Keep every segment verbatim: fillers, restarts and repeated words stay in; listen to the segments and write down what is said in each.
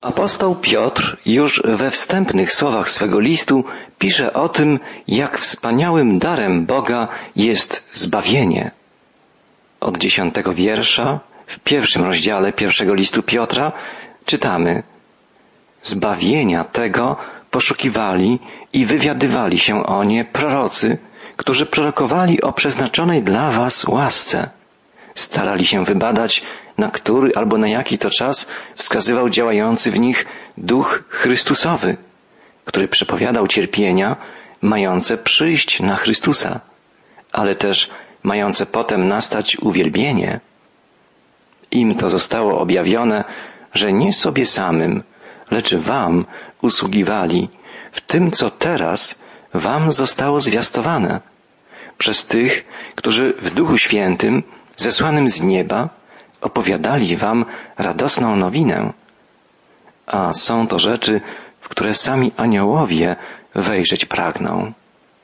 Apostoł Piotr już we wstępnych słowach swego listu pisze o tym, jak wspaniałym darem Boga jest zbawienie. Od dziesiątego wiersza w pierwszym rozdziale pierwszego listu Piotra czytamy: Zbawienia tego poszukiwali i wywiadywali się o nie prorocy, którzy prorokowali o przeznaczonej dla was łasce. Starali się wybadać, na który albo na jaki to czas wskazywał działający w nich Duch Chrystusowy, który przepowiadał cierpienia mające przyjść na Chrystusa, ale też mające potem nastać uwielbienie. Im to zostało objawione, że nie sobie samym, lecz wam usługiwali w tym, co teraz wam zostało zwiastowane przez tych, którzy w Duchu Świętym zesłanym z nieba opowiadali wam radosną nowinę. A są to rzeczy, w które sami aniołowie wejrzeć pragną.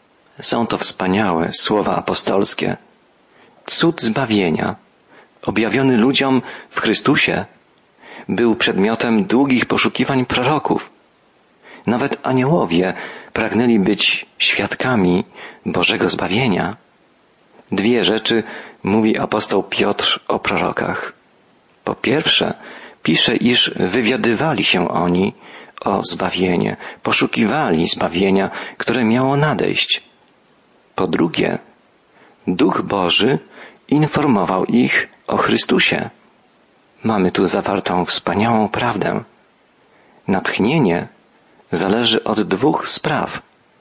Są to wspaniałe słowa apostolskie. Cud zbawienia, objawiony ludziom w Chrystusie, był przedmiotem długich poszukiwań proroków. Nawet aniołowie pragnęli być świadkami Bożego zbawienia. Dwie rzeczy mówi apostoł Piotr o prorokach. Po pierwsze, pisze, iż wywiadywali się oni o zbawienie, poszukiwali zbawienia, które miało nadejść. Po drugie, Duch Boży informował ich o Chrystusie. Mamy tu zawartą wspaniałą prawdę. Natchnienie zależy od dwóch spraw.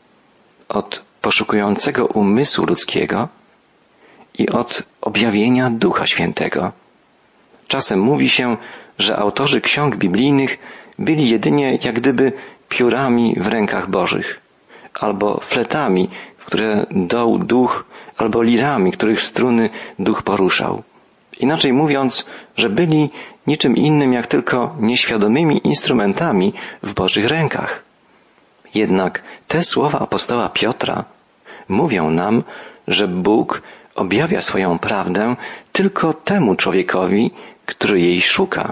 Od poszukującego umysłu ludzkiego i od objawienia Ducha Świętego. Czasem mówi się, że autorzy ksiąg biblijnych byli jedynie jak gdyby piórami w rękach Bożych, albo fletami, w które dął Duch, albo lirami, których struny Duch poruszał. Inaczej mówiąc, że byli niczym innym jak tylko nieświadomymi instrumentami w Bożych rękach. Jednak te słowa apostoła Piotra mówią nam, że Bóg objawia swoją prawdę tylko temu człowiekowi, który jej szuka.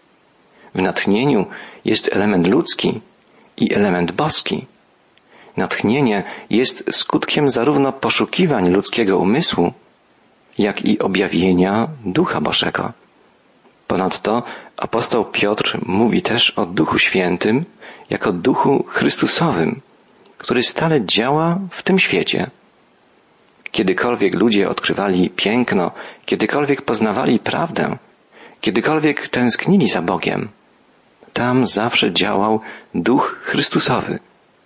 W natchnieniu jest element ludzki i element boski. Natchnienie jest skutkiem zarówno poszukiwań ludzkiego umysłu, jak i objawienia Ducha Bożego. Ponadto apostoł Piotr mówi też o Duchu Świętym jako Duchu Chrystusowym, który stale działa w tym świecie. Kiedykolwiek ludzie odkrywali piękno, kiedykolwiek poznawali prawdę, kiedykolwiek tęsknili za Bogiem, tam zawsze działał Duch Chrystusowy.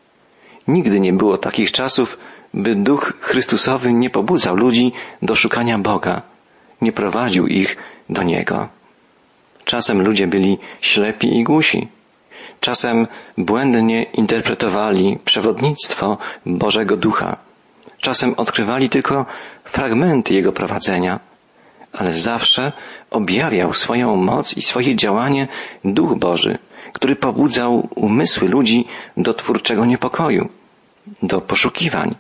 Nigdy nie było takich czasów, by Duch Chrystusowy nie pobudzał ludzi do szukania Boga, nie prowadził ich do Niego. Czasem ludzie byli ślepi i głusi. Czasem błędnie interpretowali przewodnictwo Bożego Ducha. Czasem odkrywali tylko fragmenty Jego prowadzenia, ale zawsze objawiał swoją moc i swoje działanie Duch Boży, który pobudzał umysły ludzi do twórczego niepokoju, do poszukiwań.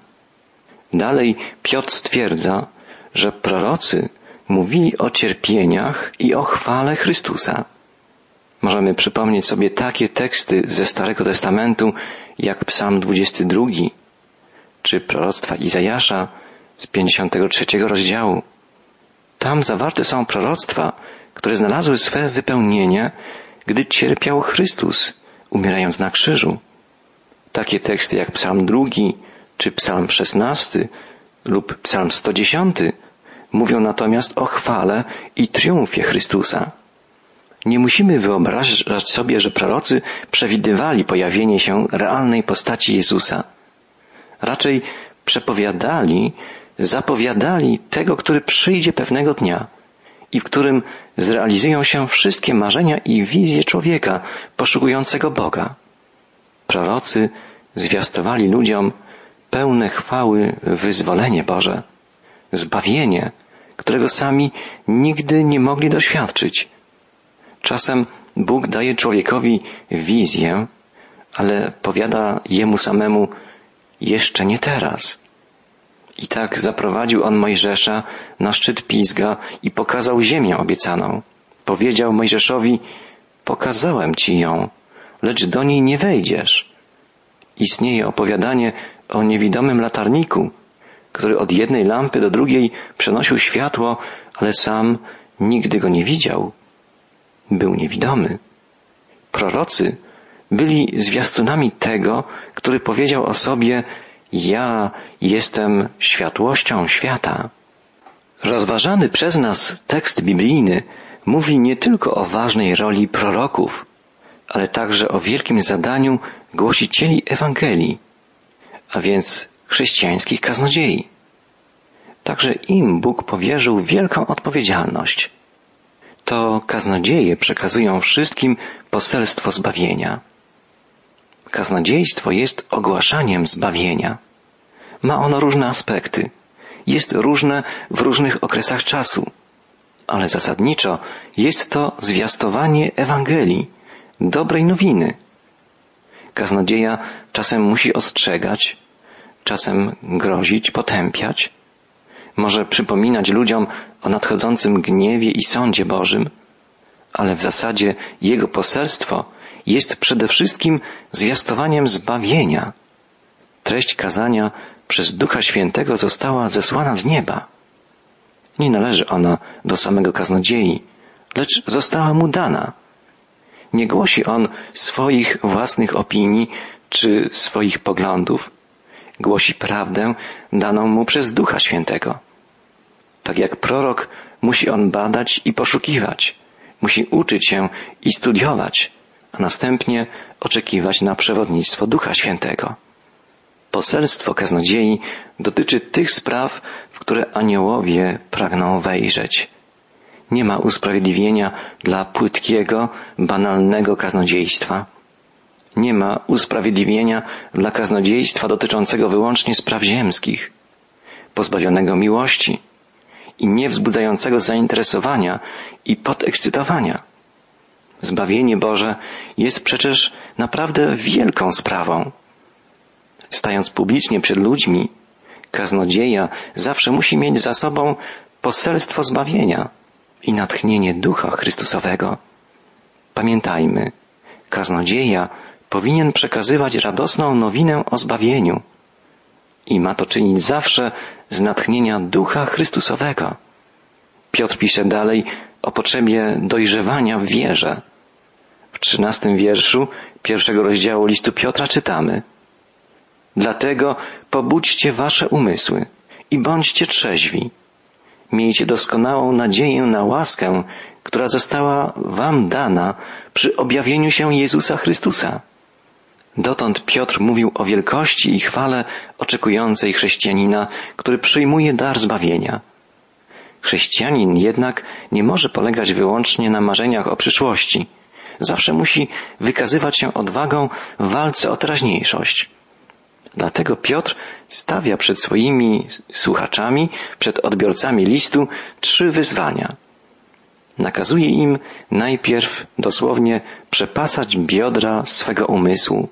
Dalej Piotr stwierdza, że prorocy mówili o cierpieniach i o chwale Chrystusa. Możemy przypomnieć sobie takie teksty ze Starego Testamentu, jak Psalm dwudziesty drugi, czy proroctwa Izajasza z pięćdziesiątego trzeciego rozdziału. Tam zawarte są proroctwa, które znalazły swe wypełnienie, gdy cierpiał Chrystus, umierając na krzyżu. Takie teksty jak Psalm drugi, czy Psalm szesnasty lub Psalm sto dziesiąty mówią natomiast o chwale i triumfie Chrystusa. Nie musimy wyobrażać sobie, że prorocy przewidywali pojawienie się realnej postaci Jezusa. Raczej przepowiadali, zapowiadali tego, który przyjdzie pewnego dnia i w którym zrealizują się wszystkie marzenia i wizje człowieka poszukującego Boga. Prorocy zwiastowali ludziom pełne chwały wyzwolenie Boże, zbawienie, którego sami nigdy nie mogli doświadczyć. Czasem Bóg daje człowiekowi wizję, ale powiada jemu samemu: jeszcze nie teraz. I tak zaprowadził on Mojżesza na szczyt Pisga i pokazał ziemię obiecaną. Powiedział Mojżeszowi: pokazałem ci ją, lecz do niej nie wejdziesz. Istnieje opowiadanie o niewidomym latarniku, który od jednej lampy do drugiej przenosił światło, ale sam nigdy go nie widział. Był niewidomy. Prorocy byli zwiastunami tego, który powiedział o sobie: ja jestem światłością świata. Rozważany przez nas tekst biblijny mówi nie tylko o ważnej roli proroków, ale także o wielkim zadaniu głosicieli Ewangelii, a więc chrześcijańskich kaznodziei. Także im Bóg powierzył wielką odpowiedzialność. To kaznodzieje przekazują wszystkim poselstwo zbawienia. Kaznodziejstwo jest ogłaszaniem zbawienia. Ma ono różne aspekty. Jest różne w różnych okresach czasu. Ale zasadniczo jest to zwiastowanie Ewangelii, dobrej nowiny. Kaznodzieja czasem musi ostrzegać, czasem grozić, potępiać. Może przypominać ludziom o nadchodzącym gniewie i sądzie Bożym, ale w zasadzie jego poselstwo jest przede wszystkim zwiastowaniem zbawienia. Treść kazania przez Ducha Świętego została zesłana z nieba. Nie należy ona do samego kaznodziei, lecz została mu dana. Nie głosi on swoich własnych opinii czy swoich poglądów. Głosi prawdę daną mu przez Ducha Świętego. Tak jak prorok, musi on badać i poszukiwać. Musi uczyć się i studiować, a następnie oczekiwać na przewodnictwo Ducha Świętego. Poselstwo kaznodziei dotyczy tych spraw, w które aniołowie pragną wejrzeć. Nie ma usprawiedliwienia dla płytkiego, banalnego kaznodziejstwa. Nie ma usprawiedliwienia dla kaznodziejstwa dotyczącego wyłącznie spraw ziemskich, pozbawionego miłości i nie wzbudzającego zainteresowania i podekscytowania. Zbawienie Boże jest przecież naprawdę wielką sprawą. Stając publicznie przed ludźmi, kaznodzieja zawsze musi mieć za sobą poselstwo zbawienia i natchnienie Ducha Chrystusowego. Pamiętajmy, kaznodzieja powinien przekazywać radosną nowinę o zbawieniu i ma to czynić zawsze z natchnienia Ducha Chrystusowego. Piotr pisze dalej o potrzebie dojrzewania w wierze. W trzynastym wierszu pierwszego rozdziału listu Piotra czytamy: dlatego pobudźcie wasze umysły i bądźcie trzeźwi. Miejcie doskonałą nadzieję na łaskę, która została wam dana przy objawieniu się Jezusa Chrystusa. Dotąd Piotr mówił o wielkości i chwale oczekującej chrześcijanina, który przyjmuje dar zbawienia. Chrześcijanin jednak nie może polegać wyłącznie na marzeniach o przyszłości. Zawsze musi wykazywać się odwagą w walce o teraźniejszość. Dlatego Piotr stawia przed swoimi słuchaczami, przed odbiorcami listu trzy wyzwania. Nakazuje im najpierw dosłownie przepasać biodra swego umysłu.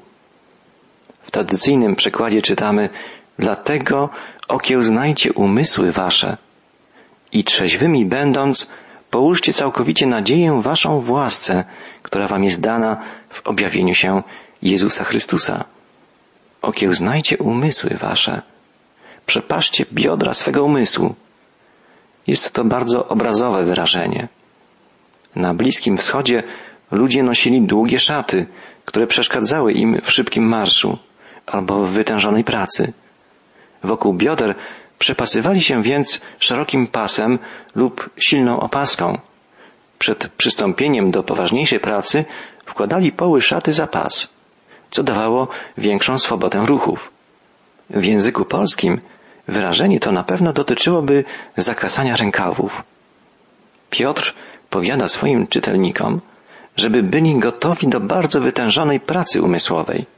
W tradycyjnym przekładzie czytamy: dlatego okiełznajcie umysły wasze i trzeźwymi będąc połóżcie całkowicie nadzieję waszą w łasce, która wam jest dana w objawieniu się Jezusa Chrystusa. Okiełznajcie umysły wasze. Przepaszcie biodra swego umysłu. Jest to bardzo obrazowe wyrażenie. Na Bliskim Wschodzie ludzie nosili długie szaty, które przeszkadzały im w szybkim marszu albo w wytężonej pracy. Wokół bioder przepasywali się więc szerokim pasem lub silną opaską. Przed przystąpieniem do poważniejszej pracy wkładali poły szaty za pas, co dawało większą swobodę ruchów. W języku polskim wyrażenie to na pewno dotyczyłoby zakasania rękawów. Piotr powiada swoim czytelnikom, żeby byli gotowi do bardzo wytężonej pracy umysłowej.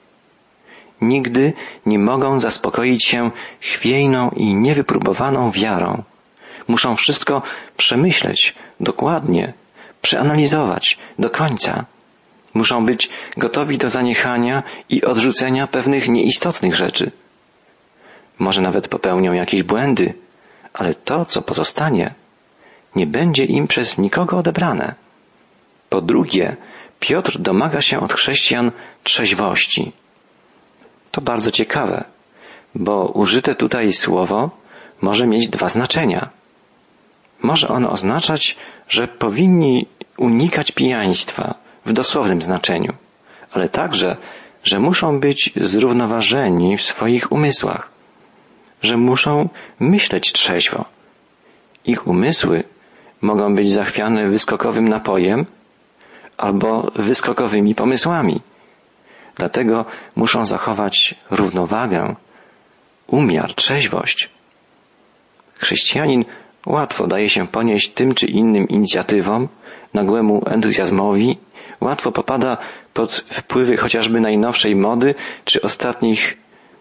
Nigdy nie mogą zaspokoić się chwiejną i niewypróbowaną wiarą. Muszą wszystko przemyśleć dokładnie, przeanalizować do końca. Muszą być gotowi do zaniechania i odrzucenia pewnych nieistotnych rzeczy. Może nawet popełnią jakieś błędy, ale to, co pozostanie, nie będzie im przez nikogo odebrane. Po drugie, Piotr domaga się od chrześcijan trzeźwości. To bardzo ciekawe, bo użyte tutaj słowo może mieć dwa znaczenia. Może ono oznaczać, że powinni unikać pijaństwa w dosłownym znaczeniu, ale także, że muszą być zrównoważeni w swoich umysłach, że muszą myśleć trzeźwo. Ich umysły mogą być zachwiane wyskokowym napojem albo wyskokowymi pomysłami. Dlatego muszą zachować równowagę, umiar, trzeźwość. Chrześcijanin łatwo daje się ponieść tym czy innym inicjatywom, nagłemu entuzjazmowi, łatwo popada pod wpływy chociażby najnowszej mody czy ostatnich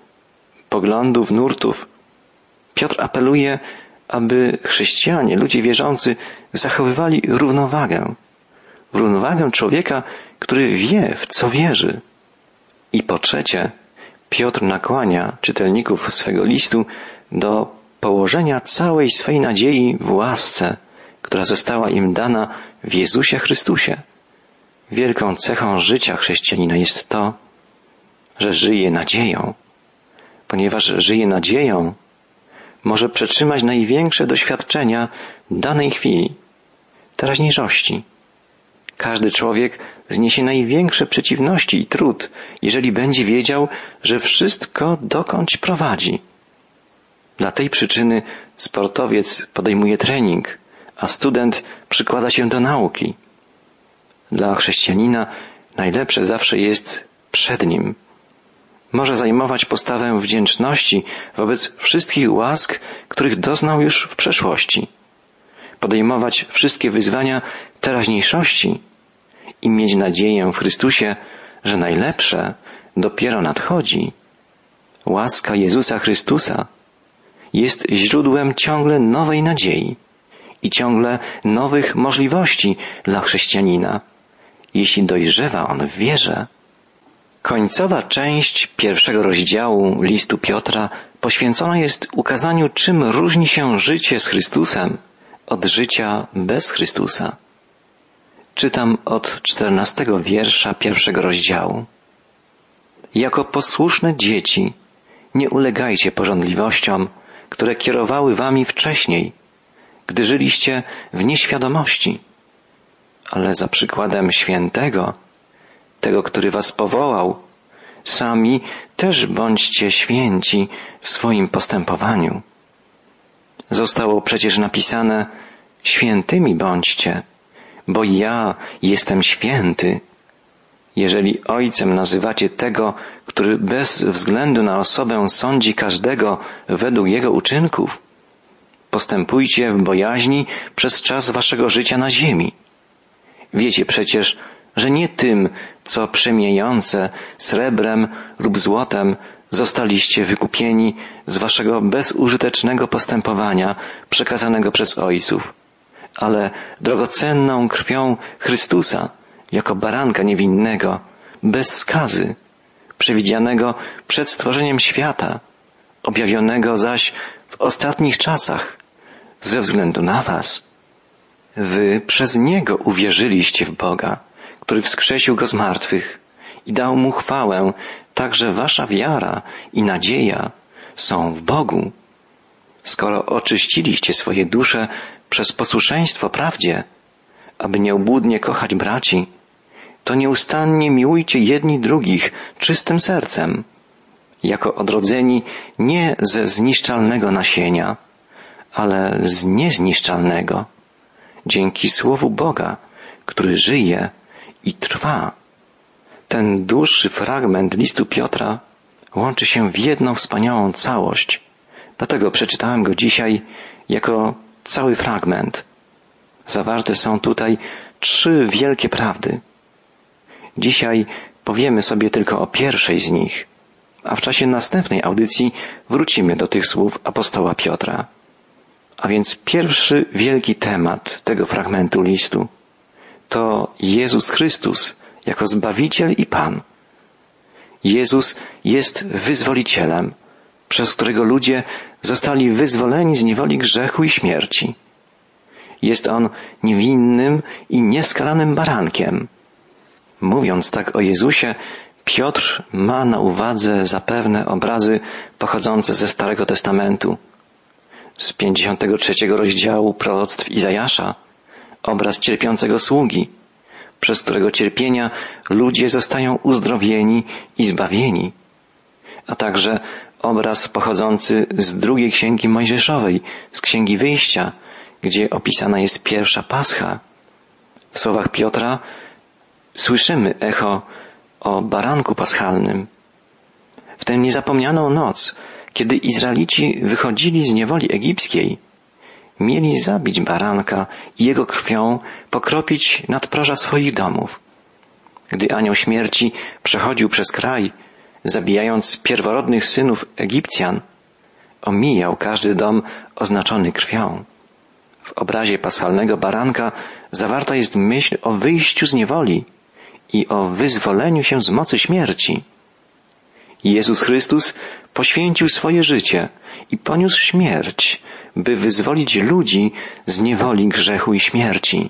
poglądów, nurtów. Piotr apeluje, aby chrześcijanie, ludzie wierzący, zachowywali równowagę. Równowagę człowieka, który wie, w co wierzy. I po trzecie, Piotr nakłania czytelników swego listu do położenia całej swej nadziei w łasce, która została im dana w Jezusie Chrystusie. Wielką cechą życia chrześcijanina jest to, że żyje nadzieją. Ponieważ żyje nadzieją, może przetrzymać największe doświadczenia danej chwili, teraźniejszości. Każdy człowiek zniesie największe przeciwności i trud, jeżeli będzie wiedział, że wszystko dokądś prowadzi. Dla tej przyczyny sportowiec podejmuje trening, a student przykłada się do nauki. Dla chrześcijanina najlepsze zawsze jest przed nim. Może zajmować postawę wdzięczności wobec wszystkich łask, których doznał już w przeszłości. Podejmować wszystkie wyzwania teraźniejszości i mieć nadzieję w Chrystusie, że najlepsze dopiero nadchodzi. Łaska Jezusa Chrystusa jest źródłem ciągle nowej nadziei i ciągle nowych możliwości dla chrześcijanina, jeśli dojrzewa on w wierze. Końcowa część pierwszego rozdziału listu Piotra poświęcona jest ukazaniu, czym różni się życie z Chrystusem od życia bez Chrystusa. Czytam od czternastego wiersza pierwszego rozdziału. Jako posłuszne dzieci nie ulegajcie pożądliwościom, które kierowały wami wcześniej, gdy żyliście w nieświadomości, ale za przykładem świętego, tego, który was powołał, sami też bądźcie święci w swoim postępowaniu. Zostało przecież napisane: świętymi bądźcie, bo ja jestem święty. Jeżeli ojcem nazywacie tego, który bez względu na osobę sądzi każdego według jego uczynków, postępujcie w bojaźni przez czas waszego życia na ziemi. Wiecie przecież, że nie tym, co przemijające, srebrem lub złotem, zostaliście wykupieni z waszego bezużytecznego postępowania przekazanego przez ojców, ale drogocenną krwią Chrystusa, jako baranka niewinnego, bez skazy, przewidzianego przed stworzeniem świata, objawionego zaś w ostatnich czasach, ze względu na was. Wy przez Niego uwierzyliście w Boga, który wskrzesił Go z martwych i dał Mu chwałę, także wasza wiara i nadzieja są w Bogu. Skoro oczyściliście swoje dusze przez posłuszeństwo prawdzie, aby nieobłudnie kochać braci, to nieustannie miłujcie jedni drugich czystym sercem, jako odrodzeni nie ze zniszczalnego nasienia, ale z niezniszczalnego, dzięki Słowu Boga, który żyje i trwa. Ten dłuższy fragment listu Piotra łączy się w jedną wspaniałą całość. Dlatego przeczytałem go dzisiaj jako cały fragment. Zawarte są tutaj trzy wielkie prawdy. Dzisiaj powiemy sobie tylko o pierwszej z nich, a w czasie następnej audycji wrócimy do tych słów apostoła Piotra. A więc pierwszy wielki temat tego fragmentu listu to Jezus Chrystus jako Zbawiciel i Pan. Jezus jest wyzwolicielem, przez którego ludzie zostali wyzwoleni z niewoli grzechu i śmierci. Jest On niewinnym i nieskalanym barankiem. Mówiąc tak o Jezusie, Piotr ma na uwadze zapewne obrazy pochodzące ze Starego Testamentu. Z pięćdziesiątego trzeciego rozdziału proroctw Izajasza, obraz cierpiącego sługi, przez którego cierpienia ludzie zostają uzdrowieni i zbawieni, a także obraz pochodzący z drugiej Księgi Mojżeszowej, z Księgi Wyjścia, gdzie opisana jest pierwsza Pascha. W słowach Piotra słyszymy echo o baranku paschalnym. W tę niezapomnianą noc, kiedy Izraelici wychodzili z niewoli egipskiej, mieli zabić baranka i jego krwią pokropić nadproża swoich domów. Gdy anioł śmierci przechodził przez kraj, zabijając pierworodnych synów Egipcjan, omijał każdy dom oznaczony krwią. W obrazie paschalnego baranka zawarta jest myśl o wyjściu z niewoli i o wyzwoleniu się z mocy śmierci. Jezus Chrystus poświęcił swoje życie i poniósł śmierć, by wyzwolić ludzi z niewoli grzechu i śmierci.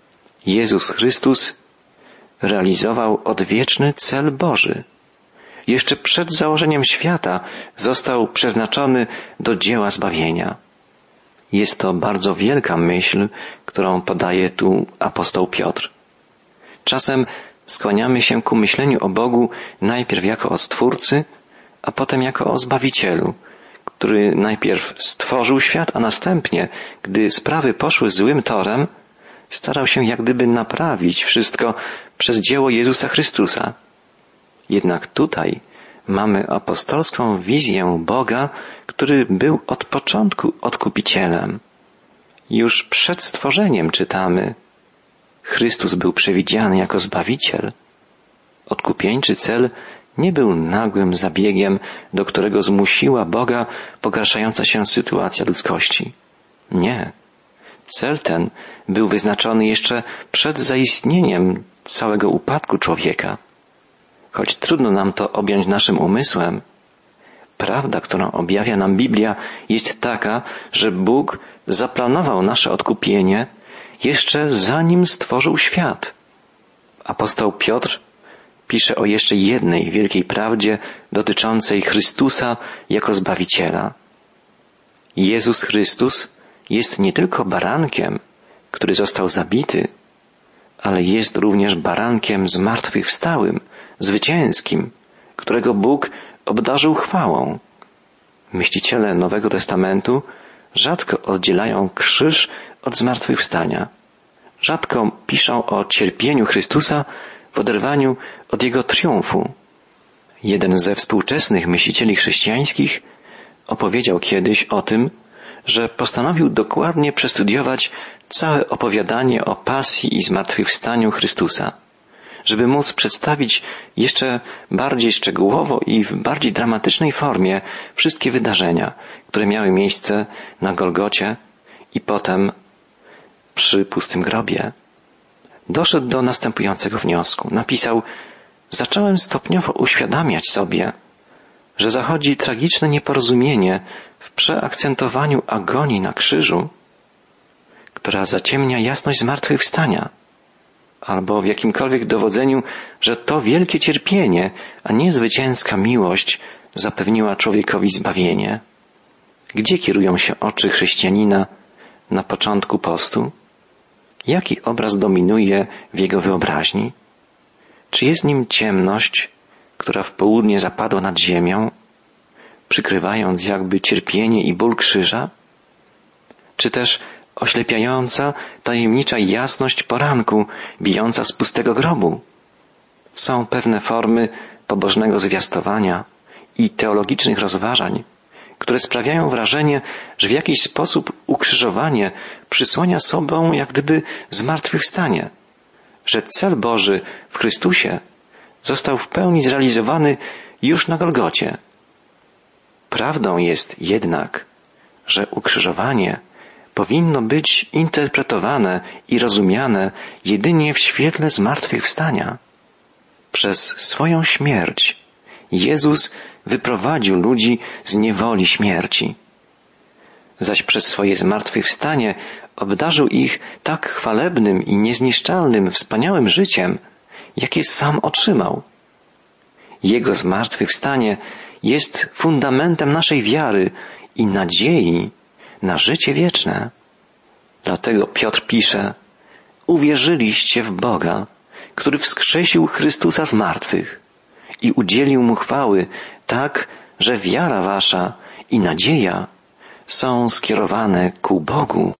Jezus Chrystus realizował odwieczny cel Boży. Jeszcze przed założeniem świata został przeznaczony do dzieła zbawienia. Jest to bardzo wielka myśl, którą podaje tu apostoł Piotr. Czasem skłaniamy się ku myśleniu o Bogu najpierw jako o Stwórcy, a potem jako o Zbawicielu, który najpierw stworzył świat, a następnie, gdy sprawy poszły złym torem, starał się jak gdyby naprawić wszystko przez dzieło Jezusa Chrystusa. Jednak tutaj mamy apostolską wizję Boga, który był od początku odkupicielem. Już przed stworzeniem czytamy: Chrystus był przewidziany jako Zbawiciel. Odkupieńczy cel nie był nagłym zabiegiem, do którego zmusiła Boga pogarszająca się sytuacja ludzkości. Nie. Cel ten był wyznaczony jeszcze przed zaistnieniem całego upadku człowieka. Choć trudno nam to objąć naszym umysłem, prawda, którą objawia nam Biblia, jest taka, że Bóg zaplanował nasze odkupienie jeszcze zanim stworzył świat. Apostoł Piotr pisze o jeszcze jednej wielkiej prawdzie dotyczącej Chrystusa jako Zbawiciela. Jezus Chrystus jest nie tylko barankiem, który został zabity, ale jest również barankiem zmartwychwstałym, zwycięskim, którego Bóg obdarzył chwałą. Myśliciele Nowego Testamentu rzadko oddzielają krzyż od zmartwychwstania. Rzadko piszą o cierpieniu Chrystusa w oderwaniu od Jego triumfu. Jeden ze współczesnych myślicieli chrześcijańskich opowiedział kiedyś o tym, że postanowił dokładnie przestudiować całe opowiadanie o pasji i zmartwychwstaniu Chrystusa, żeby móc przedstawić jeszcze bardziej szczegółowo i w bardziej dramatycznej formie wszystkie wydarzenia, które miały miejsce na Golgocie i potem przy pustym grobie. Doszedł do następującego wniosku. Napisał: zacząłem stopniowo uświadamiać sobie, że zachodzi tragiczne nieporozumienie w przeakcentowaniu agonii na krzyżu, która zaciemnia jasność zmartwychwstania, albo w jakimkolwiek dowodzeniu, że to wielkie cierpienie, a nie zwycięska miłość zapewniła człowiekowi zbawienie. Gdzie kierują się oczy chrześcijanina na początku postu? Jaki obraz dominuje w jego wyobraźni? Czy jest nim ciemność, która w południe zapadła nad ziemią, przykrywając jakby cierpienie i ból krzyża? Czy też oślepiająca, tajemnicza jasność poranku, bijąca z pustego grobu? Są pewne formy pobożnego zwiastowania i teologicznych rozważań, które sprawiają wrażenie, że w jakiś sposób ukrzyżowanie przysłania sobą jak gdyby zmartwychwstanie, że cel Boży w Chrystusie został w pełni zrealizowany już na Golgocie. Prawdą jest jednak, że ukrzyżowanie powinno być interpretowane i rozumiane jedynie w świetle zmartwychwstania. Przez swoją śmierć Jezus wyprowadził ludzi z niewoli śmierci, zaś przez swoje zmartwychwstanie obdarzył ich tak chwalebnym i niezniszczalnym, wspaniałym życiem, jakie sam otrzymał. Jego zmartwychwstanie jest fundamentem naszej wiary i nadziei na życie wieczne. Dlatego Piotr pisze: uwierzyliście w Boga, który wskrzesił Chrystusa z martwych i udzielił Mu chwały, tak, że wiara wasza i nadzieja są skierowane ku Bogu.